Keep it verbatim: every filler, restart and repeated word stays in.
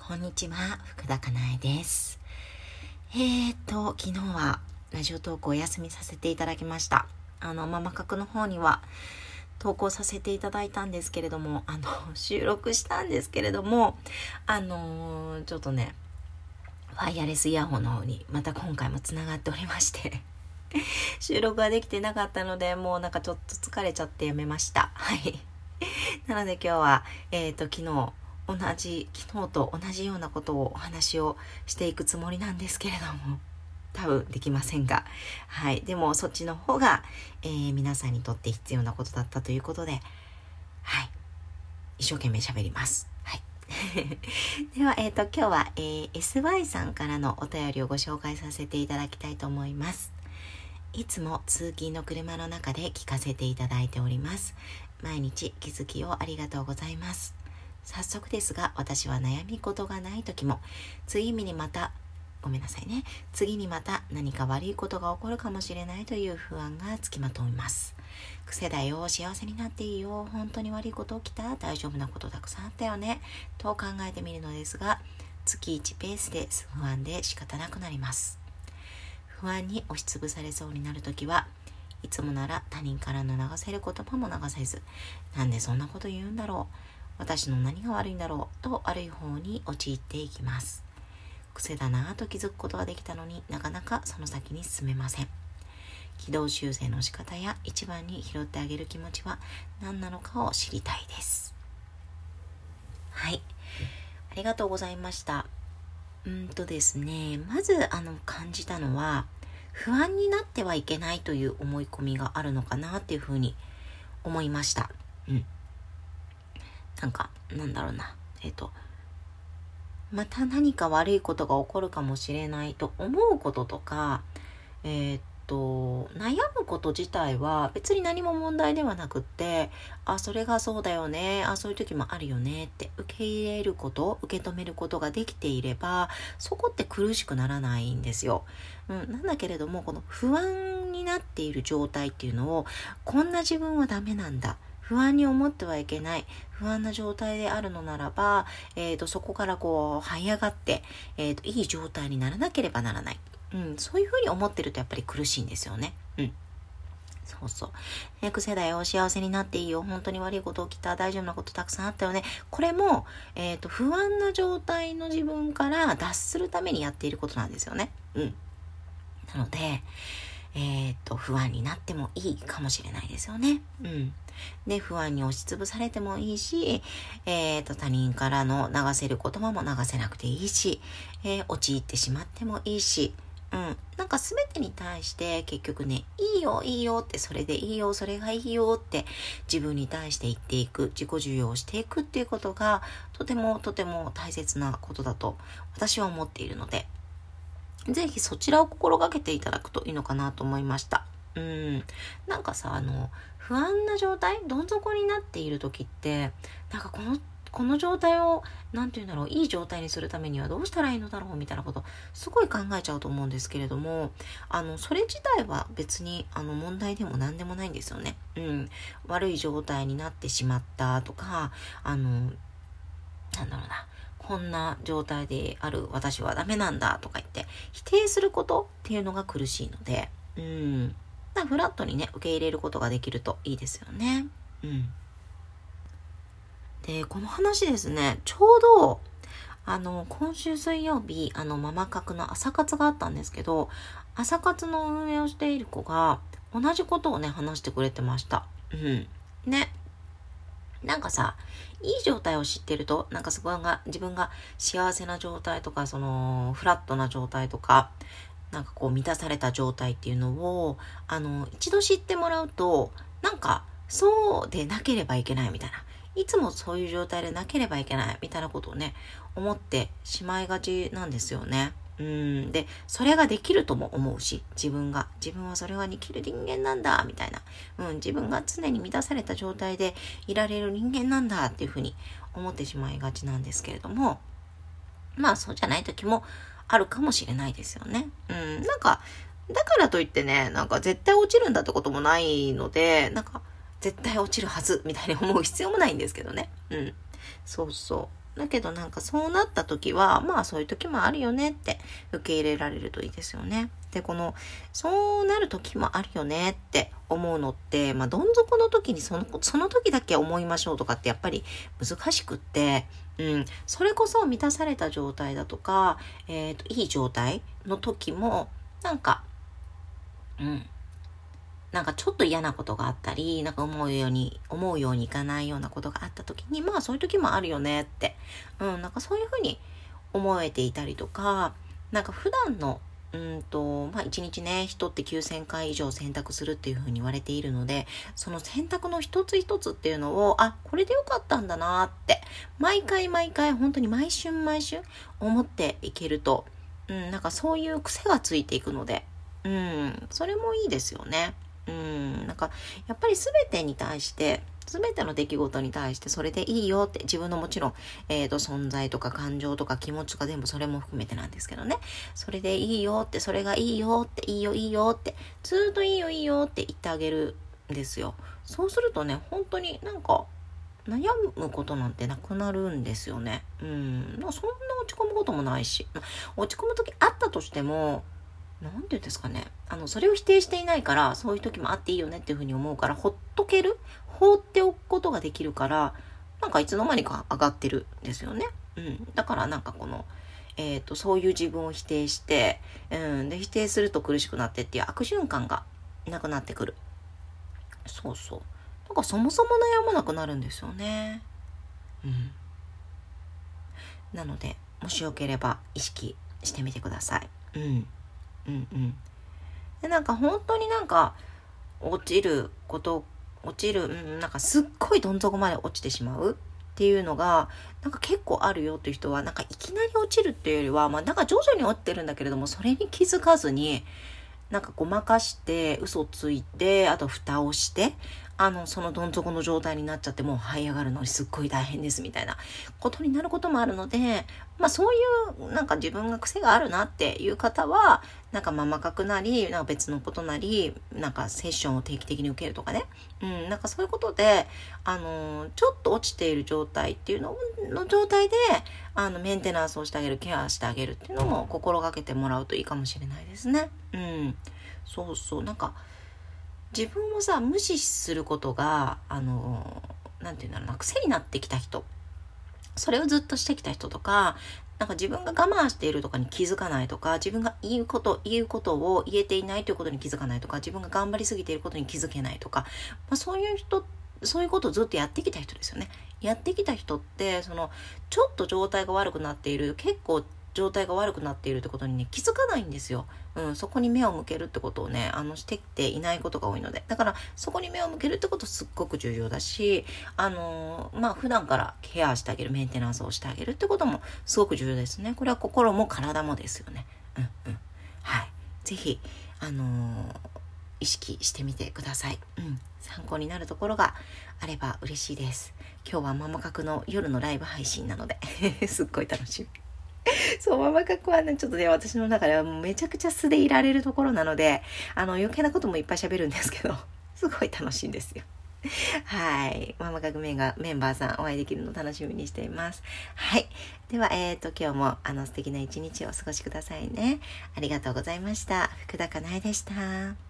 こんにちは、福田かなえです。えーと昨日はラジオトークをお休みさせていただきました。あのママ角の方には投稿させていただいたんですけれども、あの収録したんですけれども、あのー、ちょっとねワイヤレスイヤホンの方にまた今回もつながっておりまして収録ができてなかったので、もうなんかちょっと疲れちゃってやめました。はいなので今日はえーと昨日同じ昨日と同じようなことをお話をしていくつもりなんですけれども、多分できませんが、はい、でもそっちの方が、えー、皆さんにとって必要なことだったということで、はい、一生懸命喋ります。はいでは、えーと今日は、えー、エスワイ さんからのお便りをご紹介させていただきたいと思います。いつも通勤の車の中で聞かせていただいております。毎日気づきをありがとうございます。早速ですが、私は悩み事がない時も、次にまたごめんなさいね次にまた何か悪いことが起こるかもしれないという不安がつきまといます。癖だよ、幸せになっていいよ、本当に悪いこと起きた、大丈夫なことたくさんあったよねと考えてみるのですが、月いちペースで不安で仕方なくなります。不安に押しつぶされそうになるときは、いつもなら他人からの流せる言葉も流せず、なんでそんなこと言うんだろう、私の何が悪いんだろうと悪い方に陥っていきます。癖だなぁと気づくことはできたのに、なかなかその先に進めません。軌道修正の仕方や一番に拾ってあげる気持ちは何なのかを知りたいです。はい、ありがとうございました。うんとですねまずあの感じたのは、不安になってはいけないという思い込みがあるのかなっていうふうに思いました。うんなんかなんだろうなえっとまた何か悪いことが起こるかもしれないと思うこととか、えー、っと悩むこと自体は別に何も問題ではなくって、あそれがそうだよね、あそういう時もあるよねって受け入れること、受け止めることができていれば、そこって苦しくならないんですよ。うん、なんだけれども、この不安になっている状態っていうのを、こんな自分はダメなんだ、不安に思ってはいけない、不安な状態であるのならば、えー、とそこからこう這い上がって、えー、といい状態にならなければならない、うん、そういうふうに思ってるとやっぱり苦しいんですよね。うんそうそう。ね、癖だよ、幸せになっていいよ、本当に悪いこと起きた、大丈夫なことたくさんあったよね。これも、えー、と不安な状態の自分から脱するためにやっていることなんですよね。うん。なので、えー、と不安になってもいいかもしれないですよね。うん。で、不安に押しつぶされてもいいし、えー、と他人からの流せる言葉も流せなくていいし、えー、陥ってしまってもいいし、うん、なんか全てに対して結局ね、いいよいいよって、それでいいよ、それがいいよって自分に対して言っていく、自己受容していくっていうことがとてもとても大切なことだと私は思っているので、ぜひそちらを心がけていただくといいのかなと思いました。うん、なんかさ、あの不安な状態、どん底になっている時って、なんかこのこの状態をなんていうんだろう、いい状態にするためにはどうしたらいいのだろうみたいなことすごい考えちゃうと思うんですけれども、あのそれ自体は別にあの問題でも何でもないんですよね。うん、悪い状態になってしまったとか、あのなんだろうな、こんな状態である私はダメなんだとか言って否定することっていうのが苦しいので、うん、フラットにね受け入れることができるといいですよね。うん。で、この話ですね、ちょうどあの今週水曜日、あのママ角の朝活があったんですけど、朝活の運営をしている子が同じことをね話してくれてました。うん。ね。なんかさ、いい状態を知ってると、なんかそこが自分が幸せな状態とか、そのフラットな状態とか、なんかこう満たされた状態っていうのを、あの一度知ってもらうと、なんかそうでなければいけないみたいな、いつもそういう状態でなければいけないみたいなことをね思ってしまいがちなんですよね。うんで、それができるとも思うし、自分が自分はそれができる人間なんだみたいな、うん、自分が常に満たされた状態でいられる人間なんだっていうふうに思ってしまいがちなんですけれども、まあそうじゃない時もあるかもしれないですよね。うん、なんかだからといってね、なんか絶対落ちるんだってこともないので、なんか絶対落ちるはずみたいに思う必要もないんですけどね。うん、そうそう。 だけどなんかそうなった時は、まあそういう時もあるよねって受け入れられるといいですよね。で、この、そうなる時もあるよねって思うのって、まあどん底の時にその、その時だけ思いましょうとかってやっぱり難しくって、うん、それこそ満たされた状態だとか、えっと、いい状態の時も、なんか、うん、なんかちょっと嫌なことがあったり、なんか思うように、思うようにいかないようなことがあった時に、まあそういう時もあるよねって、うん、なんかそういうふうに思えていたりとか、なんか普段の、うんと、まあ一日ね、人ってきゅうせんかい以上選択するっていうふうに言われているので、その選択の一つ一つっていうのを、あ、これでよかったんだなって、毎回毎回、本当に毎春毎春思っていけると、うん、なんかそういう癖がついていくので、うん、それもいいですよね。うん、なんかやっぱり全てに対して全ての出来事に対してそれでいいよって、自分のもちろん、えーと、存在とか感情とか気持ちとか全部それも含めてなんですけどね、それでいいよって、それがいいよって、いいよいいよって、ずっといいよいいよって言ってあげるんですよ。そうするとね、本当になんか悩むことなんてなくなるんですよね。うん、なんかそんな落ち込むこともないし、落ち込む時あったとしても、なんていうんですかね。あの、それを否定していないから、そういう時もあっていいよねっていうふうに思うから、ほっとける、放っておくことができるから、なんかいつの間にか上がってるんですよね。うん。だからなんかこの、えっと、そういう自分を否定して、うん。で、否定すると苦しくなってっていう悪循環がなくなってくる。そうそう。なんかそもそも悩まなくなるんですよね。うん。なので、もしよければ意識してみてください。うん。うんうん。で、なんか本当になんか落ちること、落ちる、うん、なんかすっごいどん底まで落ちてしまうっていうのが、なんか結構あるよっていう人は、なんかいきなり落ちるっていうよりは、まあなんか徐々に落ちてるんだけれども、それに気づかずに、なんかごまかして、嘘ついて、あと蓋をして、あの、そのどん底の状態になっちゃって、もう這い上がるのにすっごい大変ですみたいなことになることもあるので、まあそういうなんか自分が癖があるなっていう方は、なんかママ角なり、なんか別のことなり、なんかセッションを定期的に受けるとかね。うん、なんかそういうことで、あの、ちょっと落ちている状態っていうのの状態で、あの、メンテナンスをしてあげる、ケアしてあげるっていうのも心がけてもらうといいかもしれないですね。うん。そうそう。なんか、自分をさ、無視することが、あの、なんていうんだろうな、癖になってきた人。それをずっとしてきた人とか、なんか自分が我慢しているとかに気づかないとか、自分が言うこと、言うことを言えていないということに気づかないとか、自分が頑張りすぎていることに気づけないとか、まあそういう人、そういうことをずっとやってきた人ですよね。やってきた人って、その、ちょっと状態が悪くなっている、結構状態が悪くなっているってことにね、気づかないんですよ。うん、そこに目を向けるってことをね、あの、してきていないことが多いので。だから、そこに目を向けるってことすっごく重要だし、あのー、まあ、普段からケアしてあげる、メンテナンスをしてあげるってこともすごく重要ですね。これは心も体もですよね。うんうん。はい。ぜひ、あのー、意識してみてください。うん。参考になるところがあれば嬉しいです。今日はママ角の夜のライブ配信なので、すっごい楽しみ。そう、ママ角はね、ちょっとね、私の中ではもうめちゃくちゃ素でいられるところなので、あの、余計なこともいっぱい喋るんですけど、すごい楽しいんですよ。はい。ママ角メンがメンバーさんお会いできるのを楽しみにしています。はい。では、えっと、今日もあの素敵な一日をお過ごしくださいね。ありがとうございました。福田かなえでした。